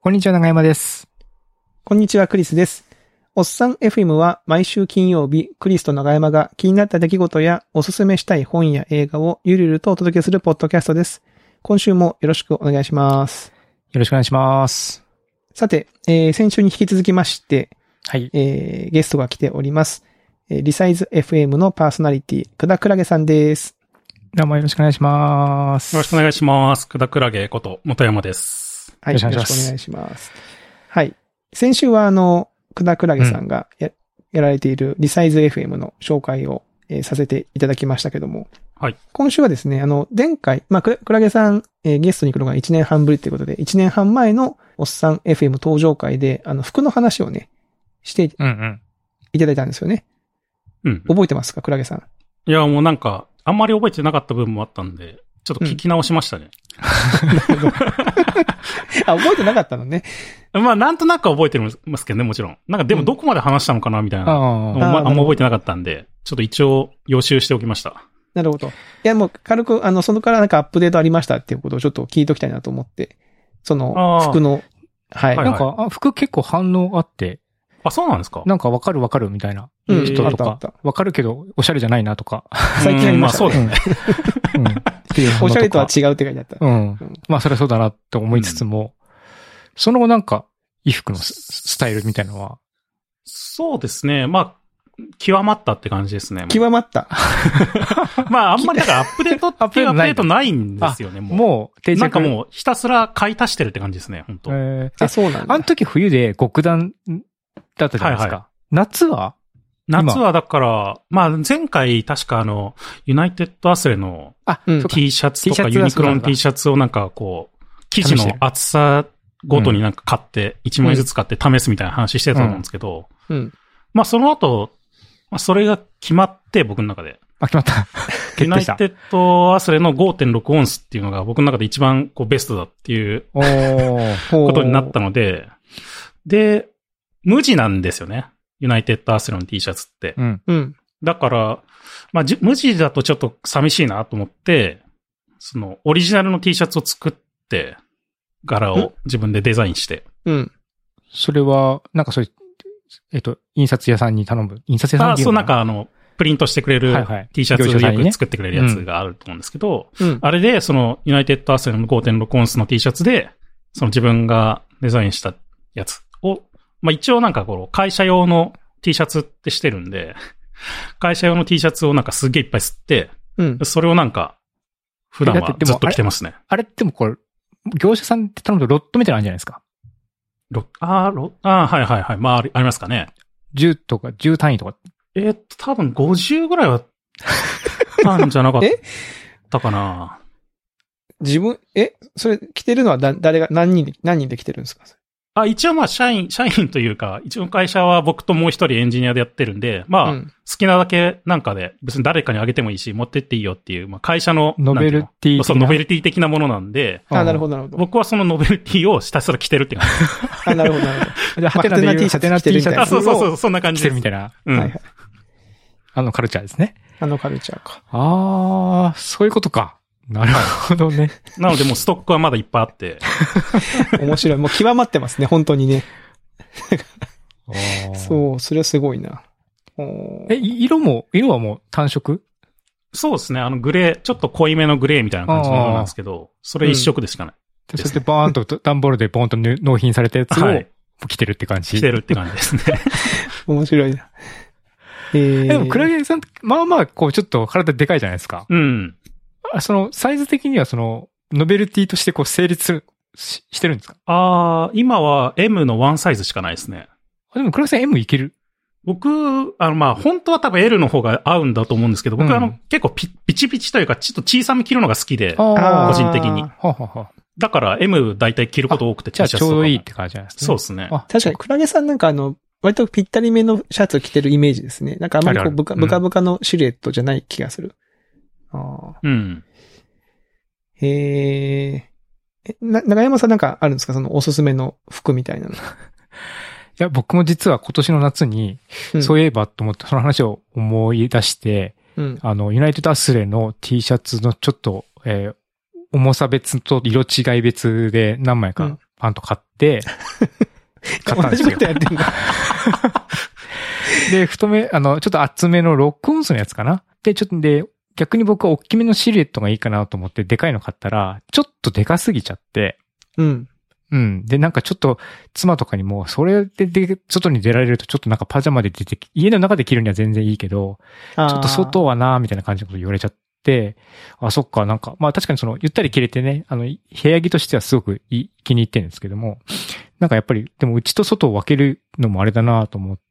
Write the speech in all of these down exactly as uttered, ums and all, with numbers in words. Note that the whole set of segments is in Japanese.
こんにちは、長山です。 こんにちは、クリスです。おっさん エフエム は毎週金曜日、クリスと長山が気になった出来事やおすすめしたい本や映画をゆるゆるとお届けするポッドキャストです。今週もよろしくお願いします。 よろしくお願いします。 さて、えー、先週に引き続きまして、 はい。 えー、ゲストが来ております。えー、リサイズ エフエム のパーソナリティ、久田くらげさんです。 どうもよろしくお願いします。 よろしくお願いします。久田くらげこと元山です。 はい、よろしくお願いします。はい。先週はあの、久田くらげさんがやうん、やられているリサイズ エフエム の紹介を、えー、させていただきましたけども。 はい。 今週はですね、あの、前回、まあ、くらげさん、えー、ゲストに来るのがいちねんはんぶりということで、いちねんはん前のおっさん エフエム 登場会で、あの、服の話をね、していただいたんですよね。 うん、うん。 覚えてますか、くらげさん。 いや、もうなんか、あんまり覚えてなかった部分もあったんで、ちょっと聞き直しましたね。 うん、なるほど。あ、覚えてなかったのね。 まあ、なんとなく覚えてますけどね、もちろん。なんか、でもどこまで話したのかな、みたいな、うん。あ, あ, あんま覚えてなかったんで、ちょっと一応予習しておきました。 なるほど。いや、もう軽く、あの、そのからなんかアップデートありましたっていうことをちょっと聞いときたいなと思って、その、服の、はい。 なんか、あ、服結構反応あって、 あ、そうなんですか？ なんかわかるわかるみたいな人とか、わかるけどおしゃれじゃないなとか。 最近ありましたね。 まあそうだね。 うん、おしゃれとは違うって書いてあった。 うん。まあそれはそうだなって思いつつも、うん、その後なんか、衣服のスタイルみたいなのは。 そうですね。まあ、極まったって感じですね。 極まった。 まああんまりだからアップデートっていうアップデートないんですよね、もう。 もう定着。 なんかもうひたすら買い足してるって感じですね、本当。 えー、あ、そうなんだ。 あの時冬で極暖だったじゃないですか。はいはい、夏は夏はだから、まあ前回確かあの、ユナイテッドアスレの T シャツとかユニクロの T シャツをなんかこう、生地の厚さごとになんか買って、いちまいずつ買って試すみたいな話してたと思うんですけど、 うんうん、 まあその後、まあそれが決まって僕の中で。 あ、決まった。 ユナイテッドアスレの ごてんろく オンスっていうのが僕の中で一番こうベストだっていうことになったので、で、無地なんですよね。ユナイテッドアスレの T シャツって。 うんうん、 だから、まあ、無地だとちょっと寂しいなと思って、その、オリジナルの T シャツを作って、柄を自分でデザインして。 うん。 それは、なんかそういう、えっと、印刷屋さんに頼む。印刷屋さんにあ、そう、なんかあの、プリントしてくれる T シャツをよく作ってくれるやつがあると思うんですけど、 うん、 あれで、その、ユナイテッドアスレの ごてんろく オンスの T シャツで、その自分がデザインしたやつを、まあ一応なんかこの会社用の T シャツってしてるんで、会社用の T シャツをなんかすげえいっぱい吸って、 うん、 それをなんか、普段はずっと着てますね。 あれってでもこれ、業者さんって頼むとロットみたいなのあるんじゃないですか？ ロッ、あー、ロッ、あー、はいはいはい。まあ、ありますかね。 じゅうとか、じゅう単位とか。 えー、っと、多分ごじゅうぐらいは、たんじゃなかったかな。 自分、えそれ着てるのはだ、誰が、何人で、何人で着てるんですか？ あ、一応まあ、社員、社員というか、一応会社は僕ともう一人エンジニアでやってるんで、まあ、うん、好きなだけなんかで、別に誰かにあげてもいいし、持ってっていいよっていう、まあ、会社の、 ノベルティそう、ノベルティ的なものなんで、 あ、なるほど、なるほど。 僕はそのノベルティをひたすら着てるって感じ。あ、なるほど、なるほど。 じゃあ、ハテナ T シャツ、ハテナ T シャツ。 あ、そうそうそう、そんな感じ着てるみたいな。 うん。 はいはい。 あのカルチャーですね。 あのカルチャーか。 あー、そういうことか。なるほどね。 なのでもうストックはまだいっぱいあって。 面白い。もう極まってますね、本当にね。そう、それはすごいな。 え、色も、色はもう単色？ そうですね。あのグレー、ちょっと濃いめのグレーみたいな感じのものなんですけど、それ一色でしかない、 うん。それでバーンと段ボールでボーンと納品されたやつを着てるって感じ。 着てるって感じですね。 面白いな。 えー、でも、クラゲさん、まあまあ、こう、ちょっと体でかいじゃないですか。 うん。 その、サイズ的には、その、ノベルティとしてこう、成立し、してるんですか？ ああ、今は M のワンサイズしかないですね。 あ、でも、クラゲさん M いける？ 僕、あの、まあ、本当は多分 L の方が合うんだと思うんですけど、僕はあの、うん、結構ピ、ピチピチというか、ちょっと小さめ着るのが好きで、個人的に。 はははだから M 大体着ること多くて T シャツとか。じゃあちょうどいいって感じじゃないですか、ね。 そうですね。 確かに、クラゲさんなんかあの、割とぴったりめのシャツを着てるイメージですね。なんかあんまりこうブカ、ブカブカのシルエットじゃない気がする。ああ。 うん。 へえ。え、な、長山さんなんかあるんですか？そのおすすめの服みたいなの。いや、僕も実は今年の夏に、うん、そういえばと思ってその話を思い出して、うん、あの、ユナイテッドアスレの T シャツのちょっと、えー、重さ別と色違い別で何枚かパンと買って、買ったんですよ。 同じことやってんだ。 で、太め、あの、ちょっと厚めのロックオンスのやつかな。で、ちょっとで、逆に僕は大きめのシルエットがいいかなと思って、でかいの買ったら、ちょっとでかすぎちゃって、 うん。 うん。で、なんかちょっと、妻とかにも、それでで、外に出られると、ちょっとなんかパジャマで出て、家の中で着るには全然いいけど、ちょっと外はなーみたいな感じのこと言われちゃって、あ、そっか、なんか、まあ確かにその、ゆったり着れてね、あの、部屋着としてはすごくいい気に入ってるんですけども、なんかやっぱり、でも内と外を分けるのもあれだなと思って、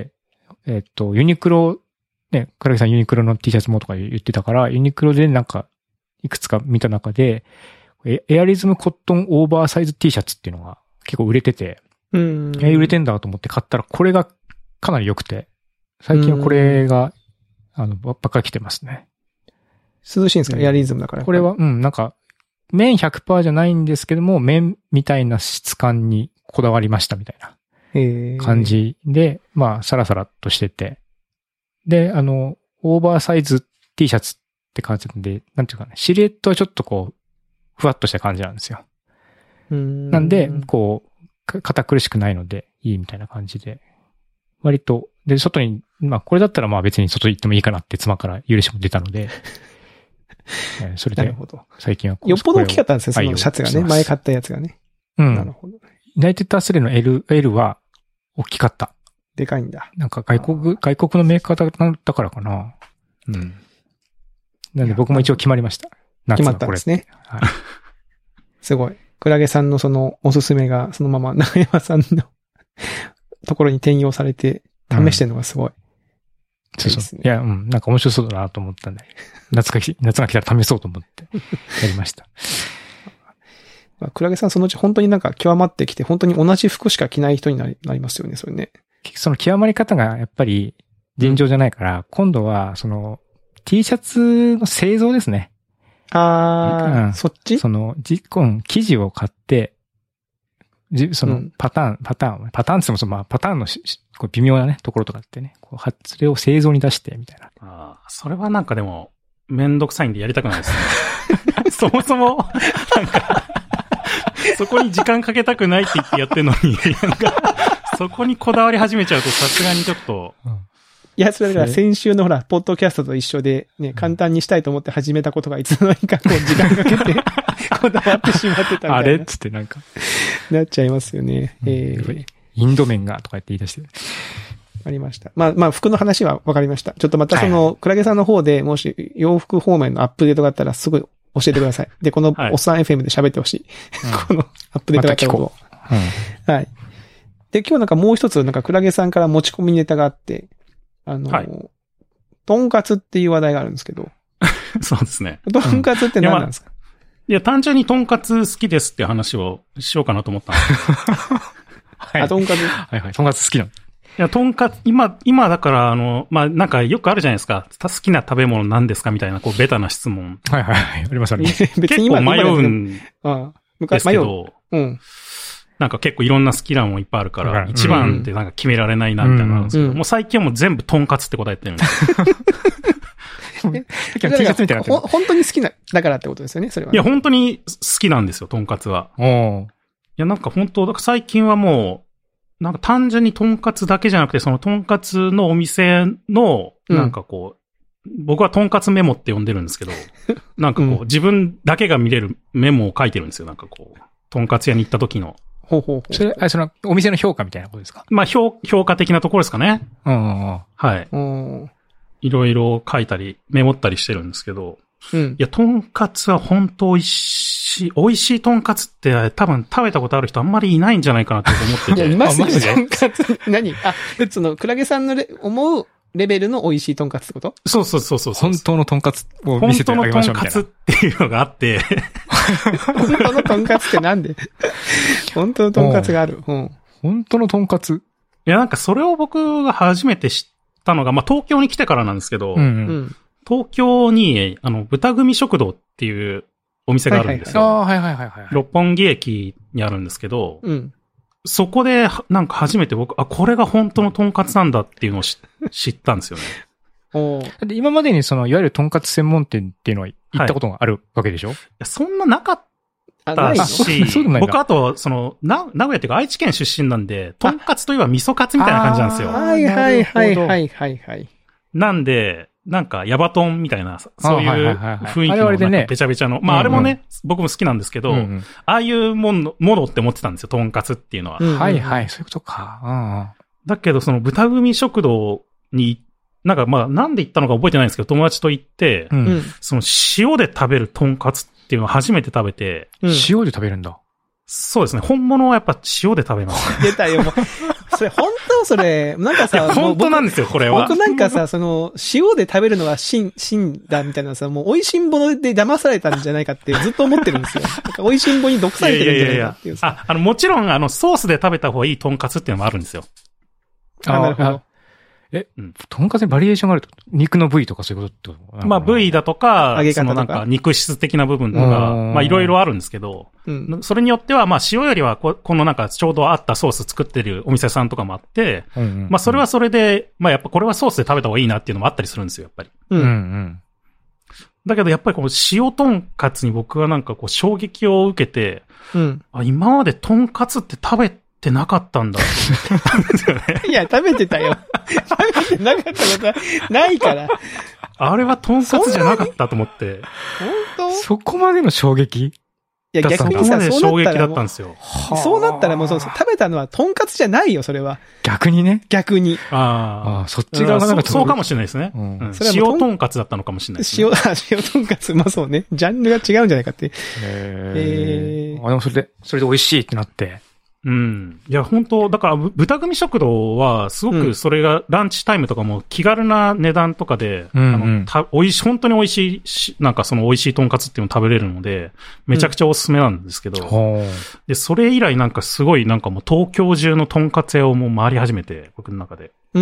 えっと、ユニクロ、ね、唐木さんユニクロの T シャツもとか言ってたから、ユニクロでなんか、いくつか見た中で、エアリズムコットンオーバーサイズ T シャツっていうのが結構売れてて、 うん。 え、売れてんだと思って買ったら、これがかなり良くて、最近はこれが、あの、ばっかり着てますね。 涼しいんですか、エアリズムだから。 これは、うん、なんか、綿 ひゃくパーセント じゃないんですけども、綿みたいな質感にこだわりましたみたいな感じで、まあ、サラサラっとしてて。で、あの、オーバーサイズ T シャツって感じなんで、なんていうかね、シルエットはちょっとこう、ふわっとした感じなんですよ。 うんなんで、こう、堅苦しくないので、いいみたいな感じで。割と、で、外に、まあ、これだったらまあ別に外行ってもいいかなって妻から許しも出たので、それで、最近はよっぽど大きかったんですよ、そのシャツがね。前買ったやつがね。 うん。なるほど。ユナイテッドアスレの L、L は大きかった。 でかいんだ。 なんか外国、外国のメーカーだからかな。うん。なんで僕も一応決まりました。 決まったんですね。はい。すごい。クラゲさんのそのおすすめがそのまま長山さんのところに転用されて試してるのがすごい。うん、 そうそう。いや、うん。なんか面白そうだなと思ったんで、夏が来、夏が来たら試そうと思ってやりました。 まあ、クラゲさんそのうち本当になんか極まってきて、本当に同じ服しか着ない人になり、なりますよね、それね。 その極まり方がやっぱり尋常じゃないから、うん、今度はその T シャツの製造ですね。 ああ、うん、そっちその、じ、生地を買って、じ、そのパターン、うん、パターン、パターンって言ってもその、まあ、パターンのしこう微妙なね、ところとかってね、こう、それを製造に出して、みたいな。 ああ、それはなんかでも、めんどくさいんでやりたくないですね。そもそも、なんか、そこに時間かけたくないって言ってやってるのに、なんか、そこにこだわり始めちゃうとさすがにちょっと、うんいや、それだから先週のほら、ポッドキャストと一緒で、ね、簡単にしたいと思って始めたことがいつの間にかこう時間かけて、こだわってしまってたみたいな。 あれっつってなんか。 なっちゃいますよね。 うん、えー、インド麺がとか言って言い出して。 ありました。まあまあ、服の話は分かりました。ちょっとまたその、はいはい、クラゲさんの方でもし洋服方面のアップデートがあったらすごい教えてください。で、このおっさん エフエム で喋ってほしい。はい、このアップデートがあったことを。うん、はい。で、今日なんかもう一つなんかクラゲさんから持ち込みネタがあって、あの、はい、とんかつっていう話題があるんですけど。 そうですね。 とんかつって何なんですか、 うん、いや、いや単純にとんかつ好きですって話をしようかなと思ったんですはい。あ、とんかつはいはい。とんかつ好きなの。いや、とんかつ、今、今だから、あの、まあ、なんかよくあるじゃないですか。好きな食べ物何ですかみたいな、こう、ベタな質問。 はいはいはい。ありますあります。 別に今結構迷うんですけど、うん。なんか結構いろんな好きなもんいっぱいあるから、一番ってなんか決められないなみたいなのなんですけど、もう最近はもう全部とんかつって答えてるんです。 T シャツみたいな。本当に好きな、だからってことですよね、それは、ね。 いや、本当に好きなんですよ、とんかつは。 おいや、なんか本当、だから最近はもう、なんか単純にとんかつだけじゃなくて、そのとんかつのお店の、なんかこう、うん、僕はとんかつメモって呼んでるんですけど、なんかこう、うん、自分だけが見れるメモを書いてるんですよ、なんかこう、とんかつ屋に行った時の。 ほうほうほう。 それ、あ、その、お店の評価みたいなことですか？ まあ、評、評価的なところですかね。 うん。 はい。 うん。 いろいろ書いたり、メモったりしてるんですけど。 うん。 いや、とんかつは本当美味しい、美味しいとんかつって多分食べたことある人あんまりいないんじゃないかなって思ってて。 いや、いますよ、とんかつ。何あ、その、クラゲさんのレ思うレベルの美味しいとんかつってこと？ そうそうそうそう。 本当のとんかつを見せてあげましょうみたいな。 本当のとんかつっていうのがあって。 本当のとんかつってなんで本当のとんかつがある。うん。 本当のとんかつ。 いや、なんかそれを僕が初めて知ったのが、まあ、東京に来てからなんですけど、 うんうん、 東京に、あの、豚組食堂っていうお店があるんですよ。 ああ、はいはいはいはい。 六本木駅にあるんですけど、 うん、 そこで、なんか初めて僕、あ、これが本当のとんかつなんだっていうのを知ったんですよね。 おで今までにその、いわゆるとんかつ専門店っていうのは行ったことがあるわけでしょ？はい、いや、そんななかったし、僕あと、その、な、名古屋っていうか愛知県出身なんで、とんかつといえば味噌カツみたいな感じなんですよ。 はいはいはいはいはいはい。 なんで、なんか、ヤバトンみたいな、そういう雰囲気のなんかべちゃべちゃの。まあ、あれもね、僕も好きなんですけど、ああいうもの、ものって思ってたんですよ、とんかつっていうのは。 はいはい、そういうことか。 だけど、その豚組食堂に、なんかまあ、なんで行ったのか覚えてないんですけど、友達と行って、その塩で食べるとんかつっていうのを初めて食べて。 塩で食べるんだ。 そうですね。本物はやっぱ塩で食べます、 ね。出たよ、もう。それ本当それ、なんかさ、 本当なんですよ、これは。 僕なんかさ、その、塩で食べるのは真、真だみたいなさ、もう美味しんぼで騙されたんじゃないかってずっと思ってるんですよ。なんか美味しんぼに毒されてるんじゃないかっていうさ。 いやいやいやあ、あの、もちろん、あの、ソースで食べた方がいいとんかつっていうのもあるんですよ。 あ、なるほど。 え、うん、とんかつにバリエーションがあると肉の部位とかそういうことってことまあ部位だとか、 揚げ方とかそのなんか肉質的な部分とか、まあいろいろあるんですけど、うん、それによってはまあ塩よりはこ、このなんかちょうどあったソース作ってるお店さんとかもあって、うんうんうん、まあそれはそれで、まあやっぱこれはソースで食べた方がいいなっていうのもあったりするんですよ、やっぱり。 うんうん。 だけどやっぱりこの塩とんかつに僕はなんかこう衝撃を受けて、 うん、 あ今までとんかつって食べてなかったんだと思ったんですよね。 いや、食べてたよ。食べてなかったことはないから。 あれはとんかつじゃなかったと思って。 本当？ そこまでの衝撃？ いや、逆にさ、 衝撃だったんですよ。 そうなったらもうそう、食べたのはとんかつじゃないよ、それは。 逆にね。 逆に。 ああ、そっち側がなんかそうかもしれないですね。うんうん、塩とんかつだったのかもしれないですね。 塩、塩とんかつ、まあそうね。ジャンルが違うんじゃないかって。へえー。あ、でもそれで、それで美味しいってなって。 うん。いや、本当だから、豚組食堂は、すごくそれが、ランチタイムとかも気軽な値段とかで、うんうん、あの、た、美味しい、本当に美味しいし、なんかその美味しいとんかつっていうのを食べれるので、めちゃくちゃおすすめなんですけど、うん、で、それ以来なんかすごいなんかもう東京中のとんかつ屋をもう回り始めて、僕の中で。 うん。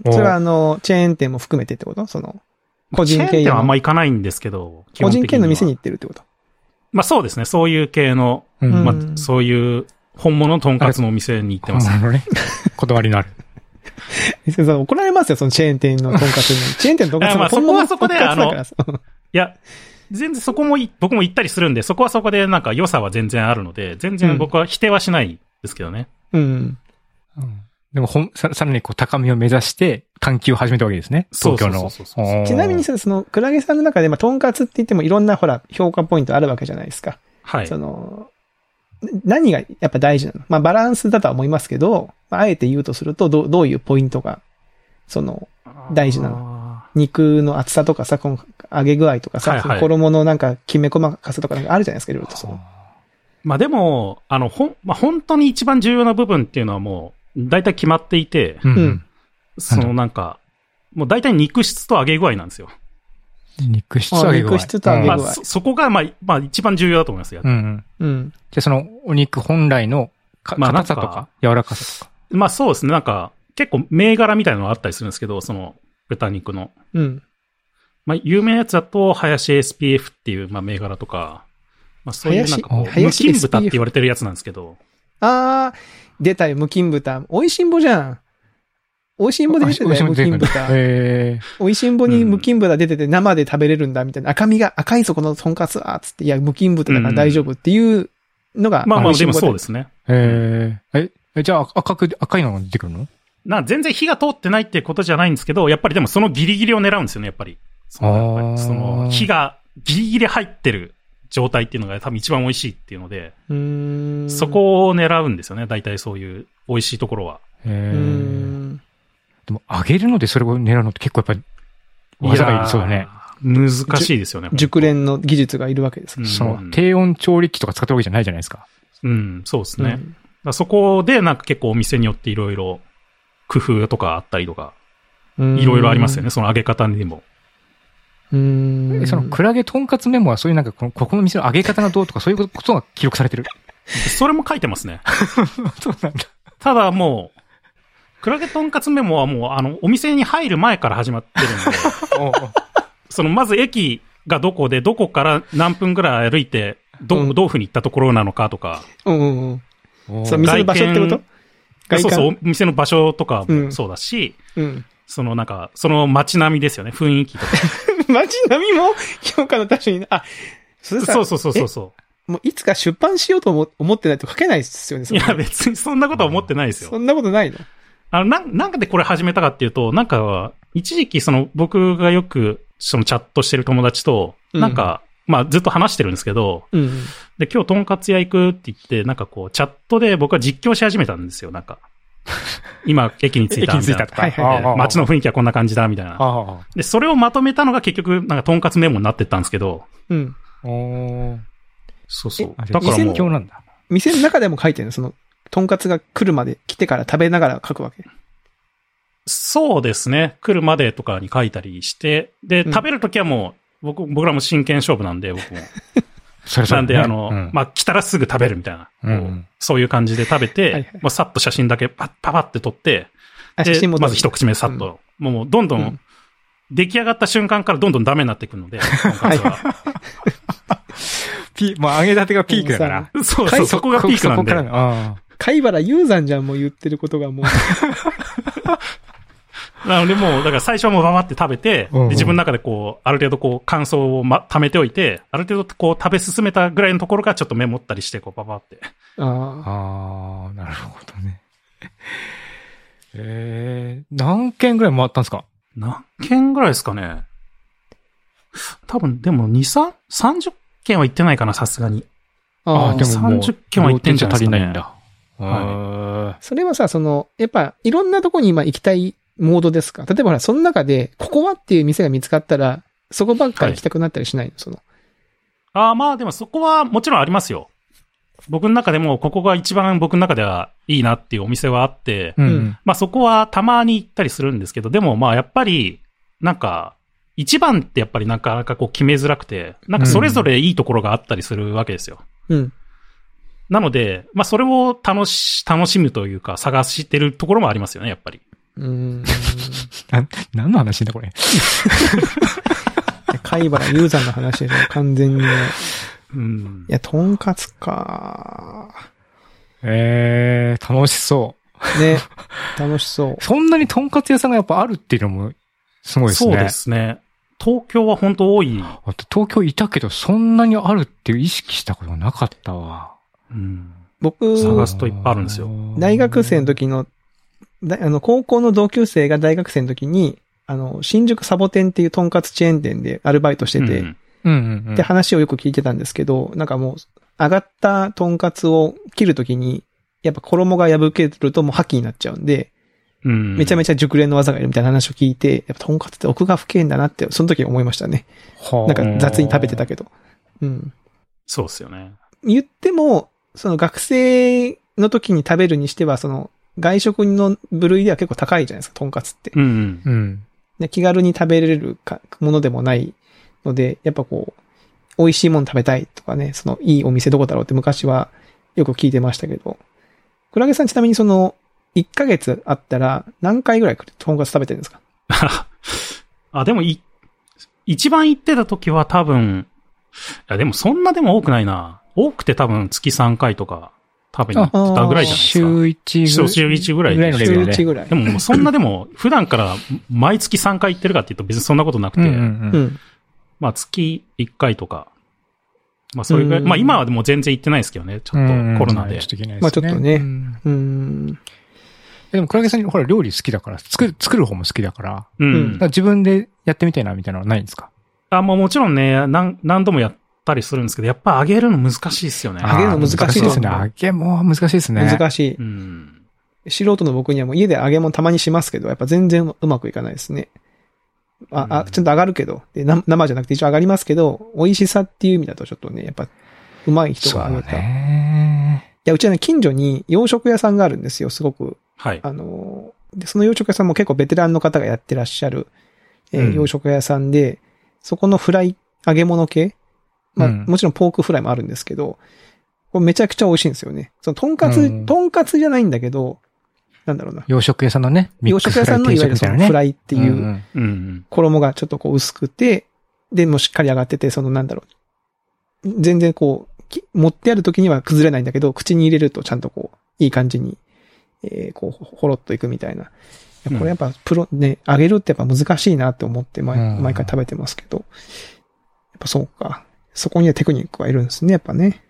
それはあの、チェーン店も含めてってことその、個人経営。 チェーン店はあんま行かないんですけど、 個人経営の店に行ってるってことまあそうですね、そういう系の、うん、まあそういう、本物のとんかつのお店に行ってます。 なるほどね。断りのある。 怒られますよ、そのチェーン店のとんかつに。チェーン店のとんかつの本物のとんかつだから。まあそこはそこで、あの、いや、全然そこも、僕も行ったりするんで、そこはそこでなんか良さは全然あるので、全然僕は否定はしないですけどね。 うん。うんうん、でもほん、さらにこう高みを目指して、探求を始めたわけですね。東京の。そうそうそうそうちなみにその、クラゲさんの中で、まあ、とんかつって言ってもいろんなほら、評価ポイントあるわけじゃないですか。 はい。 その、何がやっぱ大事なのまあバランスだとは思いますけど、あえて言うとすると、どう、どういうポイントが、その、大事なの肉の厚さとかさ、この揚げ具合とかさ、はいはい、衣のなんかきめ細かさとかなんかあるじゃないですか、いろいろとその。 まあでも、あの、ほん、まあ本当に一番重要な部分っていうのはもう、大体決まっていて、 うん、 そのなんか、もう大体肉質と揚げ具合なんですよ。 肉質と揚げ具合。 肉質と揚げ具合。 まあ、そ, そこが、まあ、まあ、一番重要だと思いますよ。 うん。うん。じゃあ、その、お肉本来のか、まあ、硬さとか、柔らかさとか。 まあ、そうですね。なんか、結構、銘柄みたいなのがあったりするんですけど、その、豚肉の。 うん。 まあ、有名なやつだと、林 エスピーエフ っていう、まあ、銘柄とか、まあ、そういうなんかこう、無菌豚って言われてるやつなんですけど。 あー、出たよ、無菌豚。美味しんぼじゃん。美味しんぼで出てたよ、無菌豚。美味しんぼに無菌豚出てて生で食べれるんだ、みたいな。赤身が赤いそこのとんかつは、つって、いや、無菌豚だから大丈夫っていうのが。 まあまあ、でもそうですね。 へえ。え、じゃあ赤く、赤いのが出てくるのな、全然火が通ってないってことじゃないんですけど、やっぱりでもそのギリギリを狙うんですよね、やっぱり。その、やっぱりその火がギリギリ入ってる状態っていうのが多分一番美味しいっていうので、 うーんそこを狙うんですよね、大体そういう美味しいところは。 へー。でも揚げるのでそれを狙うのって結構やっぱり技がいりそうだね。 難しいですよね。 熟練の技術がいるわけですから、 うん、その低温調理器とか使ったわけじゃないじゃないですか。 うん、そうですね。うん、だそこでなんか結構お店によっていろいろ工夫とかあったりとか、いろいろありますよね、その揚げ方にも。 うーん。 そのクラゲとんかつメモはそういうなんかこのここの店の揚げ方がどうとかそういうことが記録されてる。 それも書いてますね。 そうなんだ。 ただもう、クラゲとんかつメモはもう、あの、お店に入る前から始まってるんで、おうおうその、まず駅がどこで、どこから何分ぐらい歩いて、ど、うん、どういうふうに行ったところなのかとか。 うんうんうん。そう、店の場所ってこと外そうそう、お店の場所とかもそうだし、 うん。うん、 そのなんか、その街並みですよね、雰囲気とか。 街並みも評価の対象に、あ、 それさそうそうそうそうそう。 もういつか出版しようと思思ってないと書けないですよね。 いや、別にそんなことは思ってないですよ。 そんなことないの？ あの、な、なんかでこれ始めたかっていうと、なんか、一時期その僕がよくそのチャットしてる友達と、なんか、うん、まあずっと話してるんですけど、うん、で、今日とんかつ屋行くって言って、なんかこう、チャットで僕は実況し始めたんですよ、なんか。今、駅に着いたみたいな。駅に着いたとか。はいはいはい、街の雰囲気はこんな感じだ、みたいな。で、それをまとめたのが結局、なんかとんかつメモになってったんですけど。うん。おそうそう。 だからもう。店なんだ。 店の中でも書いてるの？その、とんかつが来るまで来てから食べながら書くわけ？ そうですね。来るまでとかに書いたりして、で、うん、食べるときはもう、僕、僕らも真剣勝負なんで、僕も。それそれなんで、ね、あの、うん、まあ、来たらすぐ食べるみたいな。うん、そういう感じで食べて、はいはい、まあ、さっと写真だけパッパパって撮って、で、まず一口目さっと、うん、もうどんどん、出来上がった瞬間からどんどんダメになっていくので、はいピもう揚げたてがピークだから。 そうそう、そこがピークなんで。 貝原雄山じゃん、もう言ってることがもう。 なのでもう、だから最初はもうババって食べて、うんうん、で自分の中でこう、ある程度こう、感想をま、溜めておいて、ある程度こう、食べ進めたぐらいのところからちょっとメモったりして、こう、ババって。 ああ、なるほどね。えー、何件ぐらい回ったんですか？ 何件ぐらいですかね。多分、でも、に、さん、さんじゅっけんは行ってないかな、さすがに。 ああ、でもさんじゅっけんは行ってんじゃないですかね。足りないんだ。 はい。それはさ、その、やっぱ、いろんなとこに今行きたいモードですか？例えばほら、その中で、ここはっていう店が見つかったら、そこばっかり行きたくなったりしないの？はい、その。 ああ、まあでもそこはもちろんありますよ。僕の中でも、ここが一番僕の中ではいいなっていうお店はあって、うん、まあそこはたまに行ったりするんですけど、でもまあやっぱり、なんか、一番ってやっぱりなかなかこう決めづらくて、なんかそれぞれいいところがあったりするわけですよ。うん。なので、まあそれを楽し、楽しむというか探してるところもありますよね、やっぱり。 うーん。 な、何の話だこれ。 貝原雄山の話でしょ、完全に。 うん。 いや、とんかつか。 えー、楽しそう。 ね。楽しそう。 そんなにとんかつ屋さんがやっぱあるっていうのもすごいですね。 そうですね。東京は本当多い。 あと東京いたけど、そんなにあるっていう意識したことなかったわ。 うん。 僕、 探すといっぱいあるんですよ。 大学生の時の、あの、高校の同級生が大学生の時に、あの、新宿サボテンっていうとんかつチェーン店でアルバイトしてて、うんうんうんうん、 って話をよく聞いてたんですけど、なんかもう、上がったとんかつを切るときに、やっぱ衣が破けるともう破棄になっちゃうんで、 うん、 めちゃめちゃ熟練の技がいるみたいな話を聞いて、やっぱとんかつって奥が深いんだなって、その時思いましたね。なんか雑に食べてたけど。うん。 そうっすよね。 言っても、その学生の時に食べるにしては、その外食の部類では結構高いじゃないですか、とんかつって。 うんうん。 で気軽に食べれるかものでもないので、やっぱこう、美味しいもの食べたいとかね、そのいいお店どこだろうって昔はよく聞いてましたけど、クラゲさんちなみにその、いっかげつあったら何回ぐらいとんかつ食べてるんですか？ あ、でもい、一番行ってた時は多分、いやでもそんなでも多くないな。多くて多分月さんかいとか食べに行ったぐらいじゃないですか。 週いちぐらい。 週いちぐらい。 ぐらいのレベルで。 週いちぐらい。 でももうそんなでも普段から毎月さんかい行ってるかっていうと別にそんなことなくて、 うんうんうん、 まあ月いっかいとか、まあそれぐらい、まあ今はでも全然行ってないですけどね、ちょっとコロナで。 ちょっとね、まあちょっとね。うん。うんでも、クラゲさんにほら料理好きだから、作る、作る方も好きだから、 うん。 だから自分でやってみたいなみたいなのはないんですか？ あ、もうもちろんね、何、何度もやったりするんですけど、やっぱ揚げるの難しいですよね。 揚げるの難しいですね。 揚げも難しいですね。 難しい。 うん。 素人の僕にはもう家で揚げもたまにしますけど、やっぱ全然うまくいかないですね。あ、あ、ちゃんと上がるけど、で、生じゃなくて一応上がりますけど、美味しさっていう意味だとちょっとね、やっぱ、うまい人が揚げた。いや、うちはね、近所に洋食屋さんがあるんですよ、すごく。 はい。 あの、で、その洋食屋さんも結構ベテランの方がやってらっしゃる、えーうん、洋食屋さんで、そこのフライ、揚げ物系まあ、うん、もちろんポークフライもあるんですけど、これめちゃくちゃ美味しいんですよね。その、とんかつ、うん、とんかつじゃないんだけど、なんだろうな。 洋食屋さんのね、 洋食屋さんのいわゆるそのフライっていう、衣がちょっとこう薄くて、で、もうしっかり揚がってて、そのなんだろう。全然こう、持ってある時には崩れないんだけど、口に入れるとちゃんとこう、いい感じに、えー、こう、ほろっといくみたいな。いやこれやっぱプロ、ね、揚げるってやっぱ難しいなって思って毎、うん、毎回食べてますけど。やっぱそうか。そこにはテクニックはいるんですね、やっぱね。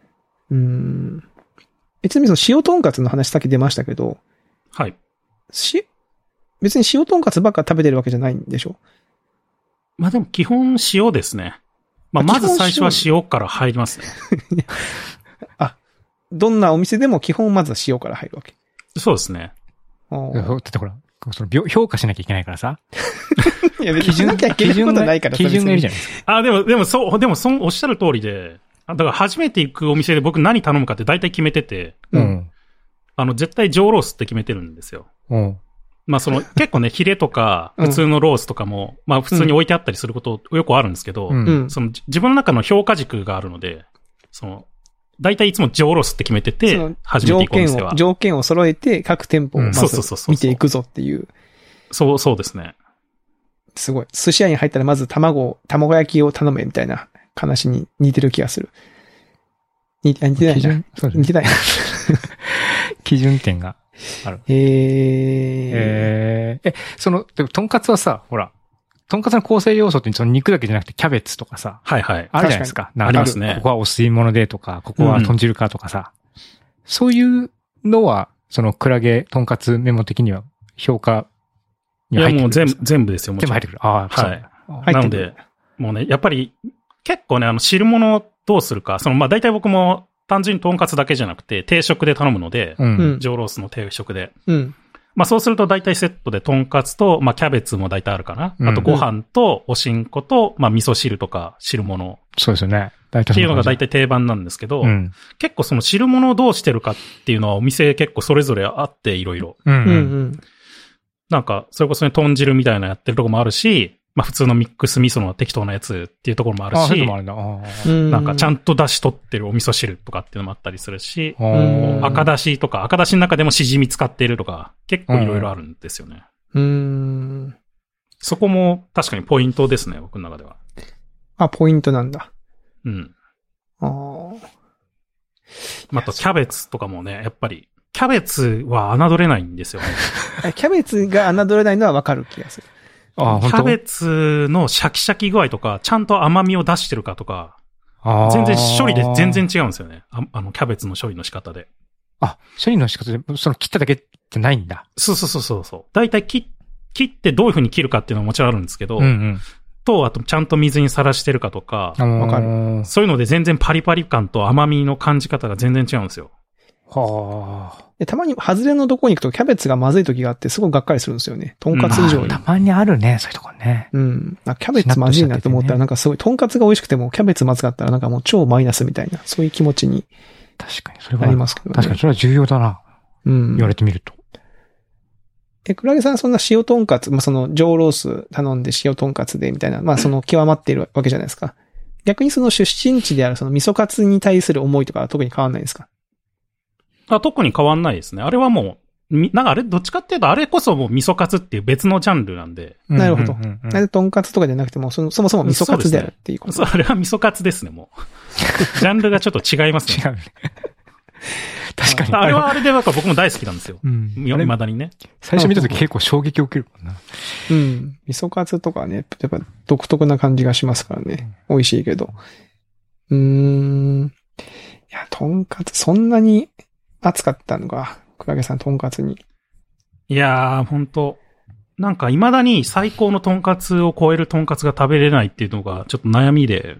うーん。別にその塩とんかつの話さっき出ましたけど。 はい。 し、別に塩とんかつばっか食べてるわけじゃないんでしょ？ まあでも基本塩ですね。まあまず最初は塩から入りますね。 あ、どんなお店でも基本まずは塩から入るわけ。 そうですね。 だってほら、その評価しなきゃいけないからさ。 いや別にしなきゃいけないことないから。 基準がいるじゃないですか。 あ、でも、でもそう、でもそのおっしゃる通りで、だから初めて行くお店で僕何頼むかって大体決めてて、うん。あの、絶対上ロースって決めてるんですよ。うん。まあその、結構ね、ヒレとか、普通のロースとかも、まあ普通に置いてあったりすることよくあるんですけど、うん、その自分の中の評価軸があるので、その、大体いつも上ロースって決めてて、初めて行くお店は。 条件を、条件を揃えて各店舗をまず見ていくぞっていう。 そう、そうですね。 すごい。寿司屋に入ったらまず卵、卵焼きを頼めみたいな話に似てる気がする。似てないじゃん。似てない。 基準点がある。 へー。 えー、え、その、でも、とんかつはさ、ほら、とんかつの構成要素ってその肉だけじゃなくてキャベツとかさ。 はいはい。 あるじゃないですか。 ありますね。 ここはお吸い物でとか、ここは豚汁かとかさ。うん、そういうのは、そのクラゲ、とんかつメモ的には評価に入ってくる。いやもう全部、全部ですよ、もちろん。 全部入ってくる。ああ、 はい。はい、なので、もうね、やっぱり、結構ね、あの、汁物をどうするか、その、まあ、大体僕も単純にとんかつだけじゃなくて、定食で頼むので、うん、上ロースの定食で。うん。まあそうすると大体セットでとんかつと、まあキャベツも大体あるかな。うん、あとご飯とおしんこと、まあ味噌汁とか汁物。 そうですよね。 大体っていうのが大体定番なんですけど、うん、結構その汁物をどうしてるかっていうのはお店結構それぞれあっていろいろ。うんうん、なんかそれこそね、豚汁みたいなやってるとこもあるし、まあ普通のミックス味噌の適当なやつっていうところもあるし、あそういうのもあるんだ。なんかちゃんと出汁取ってるお味噌汁とかっていうのもあったりするし、赤だしとか、赤だしの中でもしじみ使っているとか、結構いろいろあるんですよね。うーん。そこも確かにポイントですね、僕の中では。 あ、ポイントなんだ。 うん。ああ。またキャベツとかもね、やっぱり、キャベツは侮れないんですよね。 キャベツが侮れないのはわかる気がする。 ああキャベツのシャキシャキ具合とか、ちゃんと甘みを出してるかとか、全然処理で全然違うんですよね。あ, あの、キャベツの処理の仕方で。 あ、処理の仕方で、その切っただけじゃないんだ。 そうそうそうそうそう。だいたい切、切ってどういう風に切るかっていうのはもちろんあるんですけど、うんうん、と、あとちゃんと水にさらしてるかとか、わかる。そういうので全然パリパリ感と甘みの感じ方が全然違うんですよ。 はあ。たまに外れのとこに行くとキャベツがまずい時があってすごいがっかりするんですよね。とんかつ以上に。 まあ、たまにあるね、そういうとこね。 うん。キャベツまずいなって思ったらなんかすごい、とんかつが美味しくてもキャベツまずかったらなんかもう超マイナスみたいな、そういう気持ちに。 確かに、それは。 ありますけどね。 確かに、それは重要だな。うん。言われてみると。 え、クラゲさんそんな塩とんかつ、まあ、その上ロース頼んで塩とんかつでみたいな、まあその極まっているわけじゃないですか。逆にその出身地であるその味噌カツに対する思いとかは特に変わんないですか？ あ、特に変わんないですね。あれはもう、なんかあれ、どっちかっていうと、あれこそもう味噌カツっていう別のジャンルなんで。 なるほど。なぜとんかつとかじゃなくても、そのそもそも味噌カツであるっていうこと。 そう、ね、そう、あれは味噌カツですね、もう。ジャンルがちょっと違いますね。違うね。確かに。あれはあれでなんか僕も大好きなんですよ。うん。未だにね。 最初見たとき結構衝撃を受けるもんな。 うん。味噌カツとかね、やっぱ独特な感じがしますからね。美味しいけど。うーん。いや、とんかつ、そんなに、熱かったのが、クラゲさん、とんかつに。 いやー、ほんと。なんか、未だに最高のとんかつを超えるとんかつが食べれないっていうのが、ちょっと悩みで。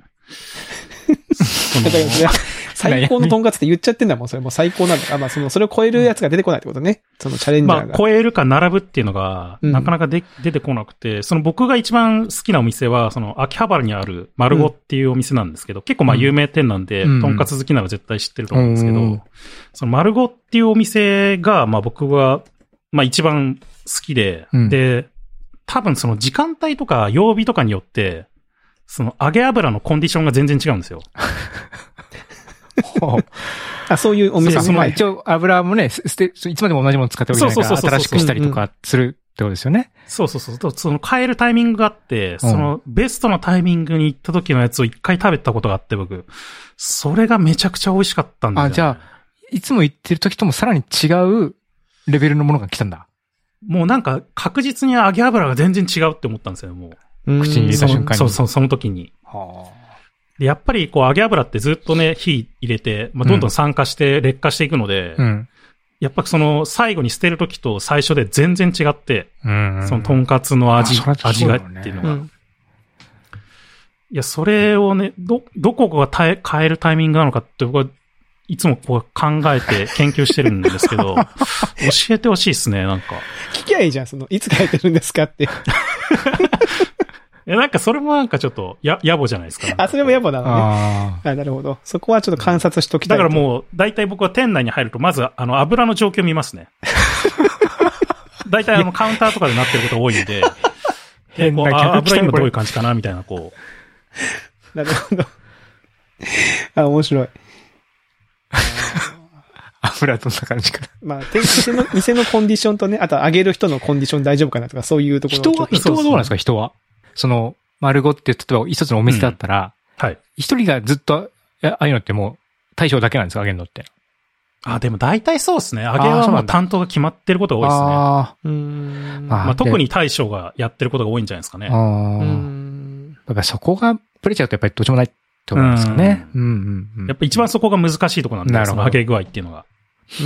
最高のとんかつって言っちゃってんだもん、それもう最高なんだ。あ、まあ、その、それを超えるやつが出てこないってことね。そのチャレンジャーが。 まあ、超えるか並ぶっていうのが、なかなかで、うん、出てこなくて、その僕が一番好きなお店は、その、秋葉原にある、マルゴっていうお店なんですけど、うん、結構まあ有名店なんで、うん、とんかつ好きなら絶対知ってると思うんですけど、うん、そのマルゴっていうお店が、まあ僕は、まあ一番好きで、うん、で、多分その時間帯とか曜日とかによって、その揚げ油のコンディションが全然違うんですよ。 あ、そういうお店その一応油もね、捨て、いつまでも同じもの使っておけないから新しくしたりとかするってことですよね。 そうそうそう。その変えるタイミングがあって、そのベストのタイミングに行った時のやつを一回食べたことがあって僕、それがめちゃくちゃ美味しかったんだよね。 あ、じゃあ、いつも行ってる時ともさらに違うレベルのものが来たんだ。 もうなんか確実に揚げ油が全然違うって思ったんですよ、もう。 口に入れた瞬間に。 そうそう、その時に。はあ。 で、やっぱりこう揚げ油ってずっとね、火入れて、まあ、どんどん酸化して劣化していくので、うん、やっぱその最後に捨てるときと最初で全然違って、うんうん、そのとんかつの味、ね、味がっていうのが、うん。いや、それをね、ど、どこが変え、変えるタイミングなのかって僕はいつもこう考えて研究してるんですけど、教えてほしいですね、なんか。 聞きゃいいじゃん、その、いつ変えてるんですかって。 いや、なんかそれもなんかちょっとや、野暮じゃないですか。 あ、それも野暮なのね。ああ、なるほど。そこはちょっと観察しときたい、 うん。だからもう、大体僕は店内に入ると、まず、あの、油の状況を見ますね。大体あの、カウンターとかでなってることが多いんで、でこうあ油今どういう感じかなみたいな、こう。なるほど。あ、面白い。 油どんな感じかな。 まあ、店の、店のコンディションとね、あと揚げる人のコンディション大丈夫かなとか、そういうところ。 人は、人はどうなんですか、人は。その、丸ごって、例えば一つのお店だったら、うん、はい。一人がずっと、ああいうのってもう、大将だけなんですか、揚げるのって。 あ、でも大体そうですね。揚げはまあ担当が決まってることが多いですね。あうん。まあ、特に大将がやってることが多いんじゃないですかね。あうん。 だからそこがブレちゃうとやっぱりどっちもないと思うんですかね。うん、うん、 うん。やっぱ一番そこが難しいところなんで、その揚げ具合っていうのが。 うん。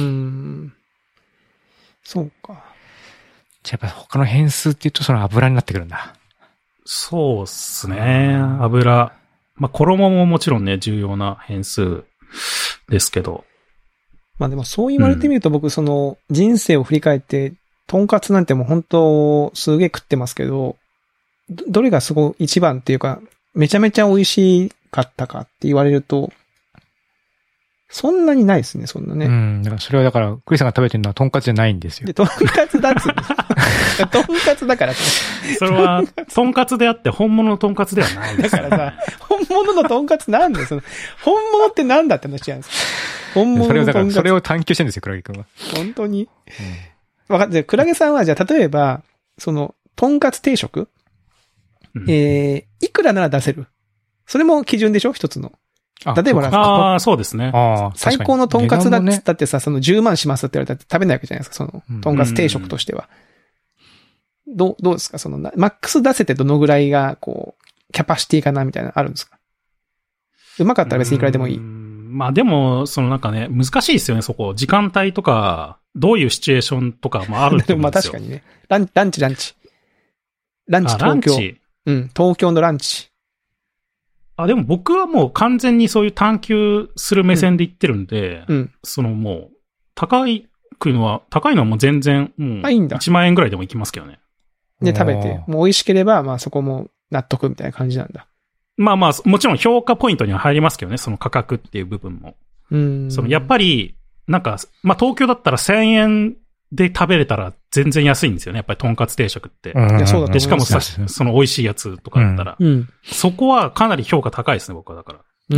そうか。 じゃあやっぱ他の変数って言うとその油になってくるんだ。 そうっすね。油。まあ衣ももちろんね、重要な変数ですけど。 まあでもそう言われてみると僕その人生を振り返って、とんかつなんてもう本当すげえ食ってますけど、どれがすごい一番っていうか、めちゃめちゃ美味しかったかって言われると、そんなにないですね、そんなね。 うん。だからそれはだから、クリスさんが食べてるのはとんかつじゃないんですよ。 で、とんかつだっつうとんかつだから。 それは、とんかつであって本物のとんかつではないです。 だからさ、本物のとんかつなんだよ、その、本物ってなんだって話なんですか。本物のとんかつ。 それをだから、それを探求してるんですよ、クラゲ君は。 本当に。うん、わかって、クラゲさんはじゃあ、例えば、その、とんかつ定食、うん、えー、いくらなら出せる？それも基準でしょ？一つの。例えばなんか、 ああ、そうですね。 最高のとんかつだっつったってさ、そのじゅうまんしますって言われたら食べないわけじゃないですか、その、とんかつ定食としては。うん、どう、どうですかその、マックス出せてどのぐらいが、こう、キャパシティかなみたいなのあるんですか？うまかったら別にいくらでもいい。 まあでも、そのなんかね、難しいですよね、そこ。時間帯とか、どういうシチュエーションとかもあると思うんですよ。 まあ確かにね。ラン、ランチ、ランチ。ランチ、東京。ランチ。うん、東京のランチ。 あ、でも僕はもう完全にそういう探求する目線で言ってるんで、うんうん、そのもう、高いのは、高いのはもう全然、もう、いちまん円ぐらいでもいきますけどね。 で、食べて、もう美味しければ、まあそこも納得みたいな感じなんだ。 まあまあ、もちろん評価ポイントには入りますけどね、その価格っていう部分も。うん。そのやっぱり、なんか、まあ東京だったらせんえんで食べれたら全然安いんですよね。やっぱりとんかつ定食って。 うん、いや、そうだで、しかもさ、その美味しいやつとかだったら。うん。そこはかなり評価高いですね、僕はだから。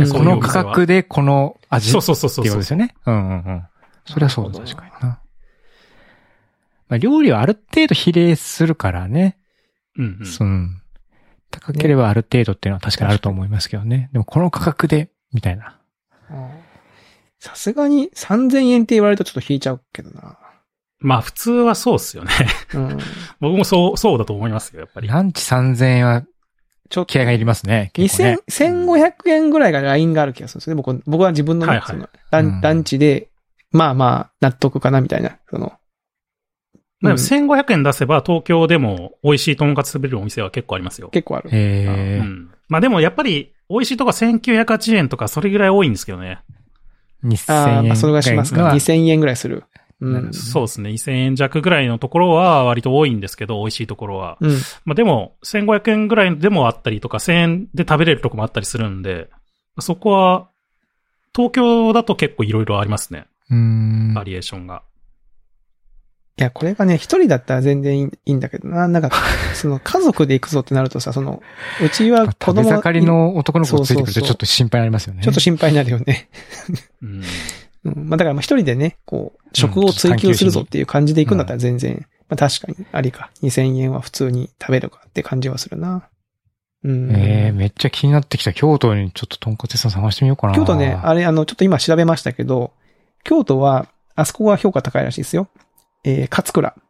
うん、この価格でこの味そうそうそうそう。 っていうことですよね。うんうんうん。それはそうだ、確かにな。まあ料理はある程度比例するからね。うんうん。その高ければある程度っていうのは確かにあると思いますけどね。でもこの価格で、みたいな。 さすがにさんぜんえんって言われるとちょっと引いちゃうけどな。 まあ普通はそうっすよね。うん、僕もそう、そうだと思いますよ、やっぱり。 ランチさんぜんえんは、ちょっと気合がいりますね。 にせん、せんごひゃくえんぐらいがラインがある気がするんですね。僕僕は自分のね、はいはい、そのラン、ランチで、まあまあ納得かなみたいな、その。 まあ、せんごひゃくえん出せば東京でも美味しいとんかつ食べれるお店は結構ありますよ。 結構ある。 へー。うん。まあでもやっぱり美味しいとこせんきゅうひゃくはちじゅうえんとかそれぐらい多いんですけどね。 にせんえん。ああ、それがしますか。にせんえんぐらいする。 うん、そうですね。にせんえん弱ぐらいのところは割と多いんですけど、美味しいところは。うん、まあでも、せんごひゃくえんぐらいでもあったりとか、せんえんで食べれるとこもあったりするんで、そこは、東京だと結構いろいろありますね。うん。バリエーションが。 いや、これがね、一人だったら全然いいんだけどな。なんか、その家族で行くぞってなるとさ、その、うちは子供。 食べ盛りの男の子がついてくるとちょっと心配になりますよね。 ちょっと心配になるよね。うんうん、まあだからまあ一人でね、こう、食を追求するぞっていう感じで行くんだったら全然、うん、まあ確かにありか。にせんえんは普通に食べるかって感じはするな。 うん。ええー、めっちゃ気になってきた。京都にちょっととんかつ屋さん探してみようかな。 京都ね、あれあの、ちょっと今調べましたけど、京都は、あそこが評価高いらしいですよ。えー、勝倉。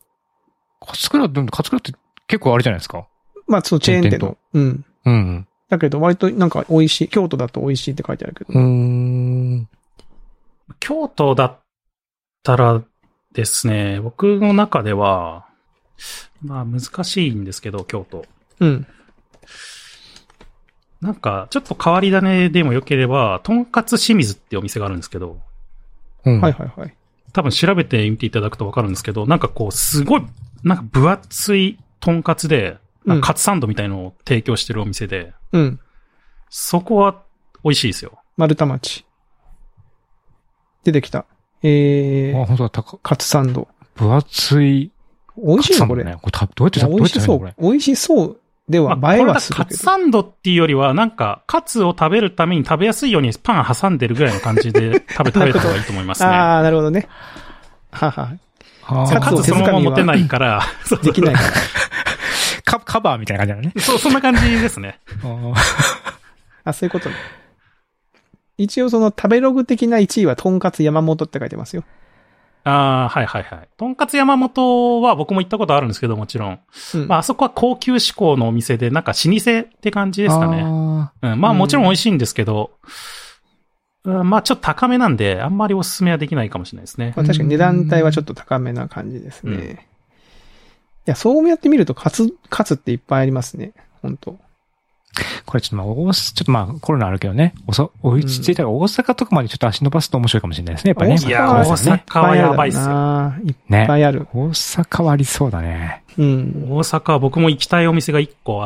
勝倉って、勝倉って結構あれじゃないですか。 まあそのチェーン店の。うん。 うん。 だけど割となんか美味しい。京都だと美味しいって書いてあるけど。 うーん。 京都だったらですね、僕の中では、まあ難しいんですけど、京都。 うん。 なんか、ちょっと変わり種でも良ければ、とんかつ清水っていうお店があるんですけど、 うん、はいはいはい。 多分調べてみていただくとわかるんですけど、なんかこう、すごい、なんか分厚いとんかつで、うん、カツサンドみたいのを提供してるお店で、 うん。 そこは美味しいですよ。 丸太町。出てきた。えー、 あ、本当だ、高カツサンド。 分厚い。 美味しいのこれ。 これどうやって食べるのこれ。美味しそう。 美味しそうでは、映えはするけど。 カツサンドっていうよりは、なんか、カツを食べるために食べやすいようにパン挟んでるぐらいの感じで食べ、食べた方がいいと思いますね。 ああ、なるほどね。はは。 カツそのまま持てないから。 できないから。 カ, カバーみたいな感じなのね。 そう、そんな感じですね。 あ、そういうことね。一応その食べログ的ないちいはとんかつ山本って書いてますよ。 ああ、はいはいはい。とんかつ山本は僕も行ったことあるんですけど、もちろん。うん、まあ、あそこは高級志向のお店で、なんか老舗って感じですかね。あうん、まあ、もちろん美味しいんですけど、うん、まあ、ちょっと高めなんで、あんまりおすすめはできないかもしれないですね。 まあ、確かに値段帯はちょっと高めな感じですね。うん、いや、そうやって見ると、カツ、カツっていっぱいありますね。本当これちょっとまあ、大、ちょっとまあ、コロナあるけどね。おそ、追いついたら大阪とかまでちょっと足伸ばすと面白いかもしれないですね。やっぱりね。 いや、大阪はやばいっすよ。 いっぱいある。ね、 大阪はありそうだね。 うん。 大阪は僕も行きたいお店が一個あって、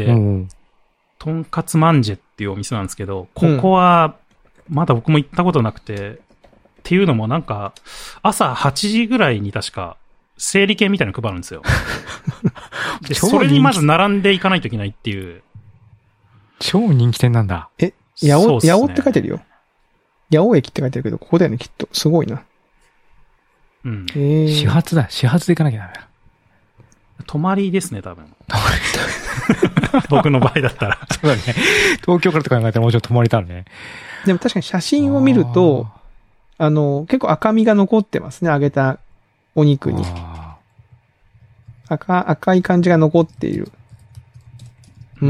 うん、とんかつまんじゅっていうお店なんですけど、ここは、まだ僕も行ったことなくて、うん、っていうのもなんか、朝はちじぐらいに確か、整理券みたいなの配るんですよ。で、それにまず並んでいかないといけないっていう。 超人気店なんだ。 え、八尾、八尾って書いてるよ。八尾駅って書いてるけど、ここだよね、きっと。すごいな。 うん。 えー、始発だ。始発で行かなきゃダメだ。 泊まりですね、多分。僕の場合だったら。 そうだね。東京からとか考えたらもうちょっと泊まりたらね。 でも確かに写真を見ると、あの、結構赤みが残ってますね、揚げたお肉に。赤、赤い感じが残っている。うん。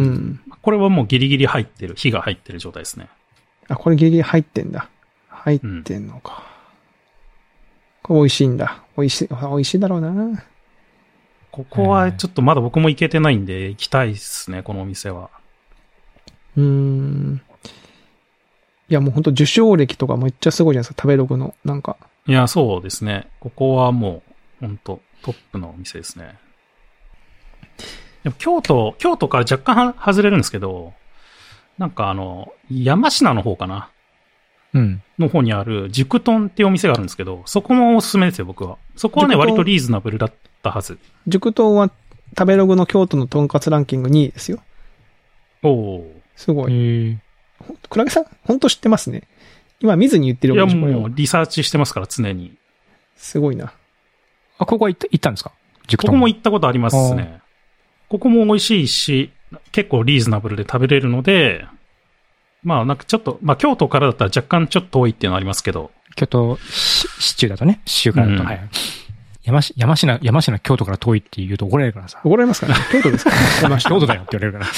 これはもうギリギリ入ってる、火が入ってる状態ですね。 あ、これギリギリ入ってんだ。入ってんのか。うん、これ美味しいんだ。美味しい、美味しいだろうな。 ここはちょっとまだ僕も行けてないんで行きたいっすね、このお店は。 うーん。いやもうほんと受賞歴とかめっちゃすごいじゃないですか、食べログの、なんか。 いや、そうですね。ここはもう、ほんとトップのお店ですね。でも京都、京都から若干外れるんですけど、なんかあの、山科の方かな。 うん。 の方にある、熟豚っていうお店があるんですけど、そこもおすすめですよ、僕は。そこはね、割とリーズナブルだったはず。 熟豚は食べログの京都のとんかつランキングにいですよ。 おお。 すごい。 へえ。 クラゲさん、ほんと知ってますね。今見ずに言ってるわけでしょ。いや、もうリサーチしてますから、常に。 すごいな。 あ、ここは行った、行ったんですか？ 熟豚。ここも行ったことありますね。ここも美味しいし、結構リーズナブルで食べれるので、まあなんかちょっと、まあ京都からだったら若干ちょっと遠いっていうのはありますけど。 京都、市中だとね、市中からだと、うん、はい。山し、山科、山科京都から遠いって言うと怒られるからさ。 怒られますからね。京都ですから、ね、京都だよって言われるから。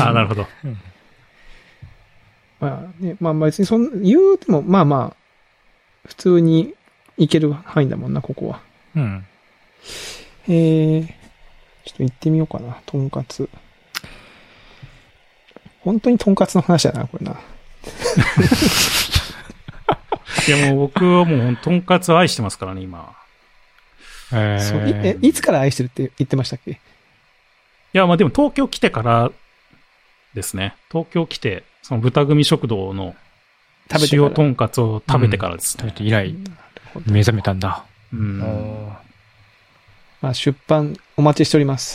ああ、なるほど。うん、 まあね、まあ別にそん、言うても、まあまあ、普通に行ける範囲だもんな、ここは。 うん。 えー、ちょっと行ってみようかな、とんかつ。本当にとんかつの話だな、これな。 いやもう僕はもうとんかつを愛してますからね、今。 えー、え、いつから愛してるって言ってましたっけ？いや、まあでも東京来てからですね。東京来て、その豚組食堂の塩とんかつを食べてからですね。 うん、食べて以来、目覚めたんだ。 うん。 まあ出版お待ちしております。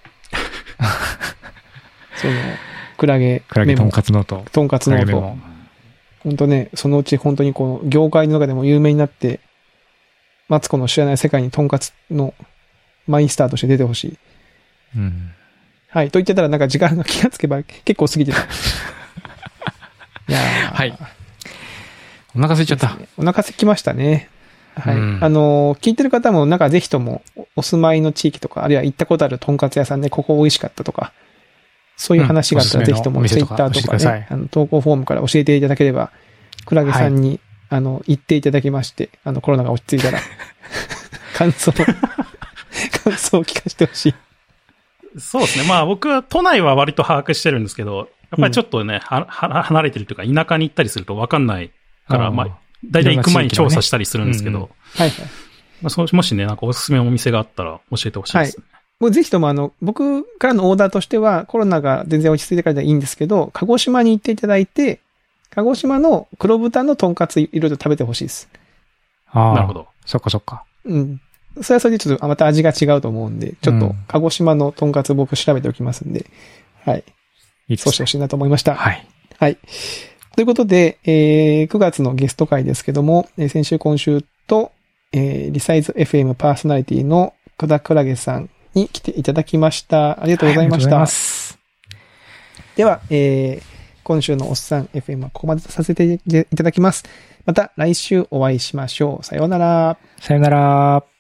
その、クラゲ。 クラゲとんかつノート。 とんかつノート。本当ね、そのうち本当にこの業界の中でも有名になって、マツコの知らない世界にとんかつのマインスターとして出てほしい。 うん。 はい。と言ってたらなんか時間が気がつけば結構過ぎてた。いやー。 はい。お腹空いちゃった。 ね、お腹空きましたね。はい。うん、あのー、聞いてる方もなんかぜひともお住まいの地域とか、あるいは行ったことあるとんかつ屋さんでここ美味しかったとか、 そういう話があったら、ぜひともツイッターとかね、あの投稿フォームから教えていただければ、クラゲさんに、はい、あの、言っていただきまして、あの、コロナが落ち着いたら、感想、感想を聞かせてほしい。 そうですね。まあ僕は都内は割と把握してるんですけど、やっぱりちょっとね、うん、はは離れてるというか、田舎に行ったりすると分かんないから、あまあ、だいたい行く前に調査したりするんですけど、ねうんうん、はいはい。まあ、そもしね、なんかおすすめのお店があったら教えてほしいですね。はいもうぜひともあの、僕からのオーダーとしては、コロナが全然落ち着いてからではいいんですけど、鹿児島に行っていただいて、鹿児島の黒豚のとんかついろいろ食べてほしいです。 ああ。なるほど。そっかそっか。 うん。それはそれでちょっとまた味が違うと思うんで、ちょっと鹿児島のとんかつ僕調べておきますんで、はい。いいそうしてほしいなと思いました。 はい。 はい。ということで、えー、くがつのゲスト会ですけども、えー、先週今週と、えー、リサイズ エフエム パーソナリティの久田クラゲさん、に来ていただきました。ありがとうございました。はい、ありがとうございます。では、えー、今週のおっさん エフエム はここまでとさせていただきます。また来週お会いしましょう。さようなら。 さようなら。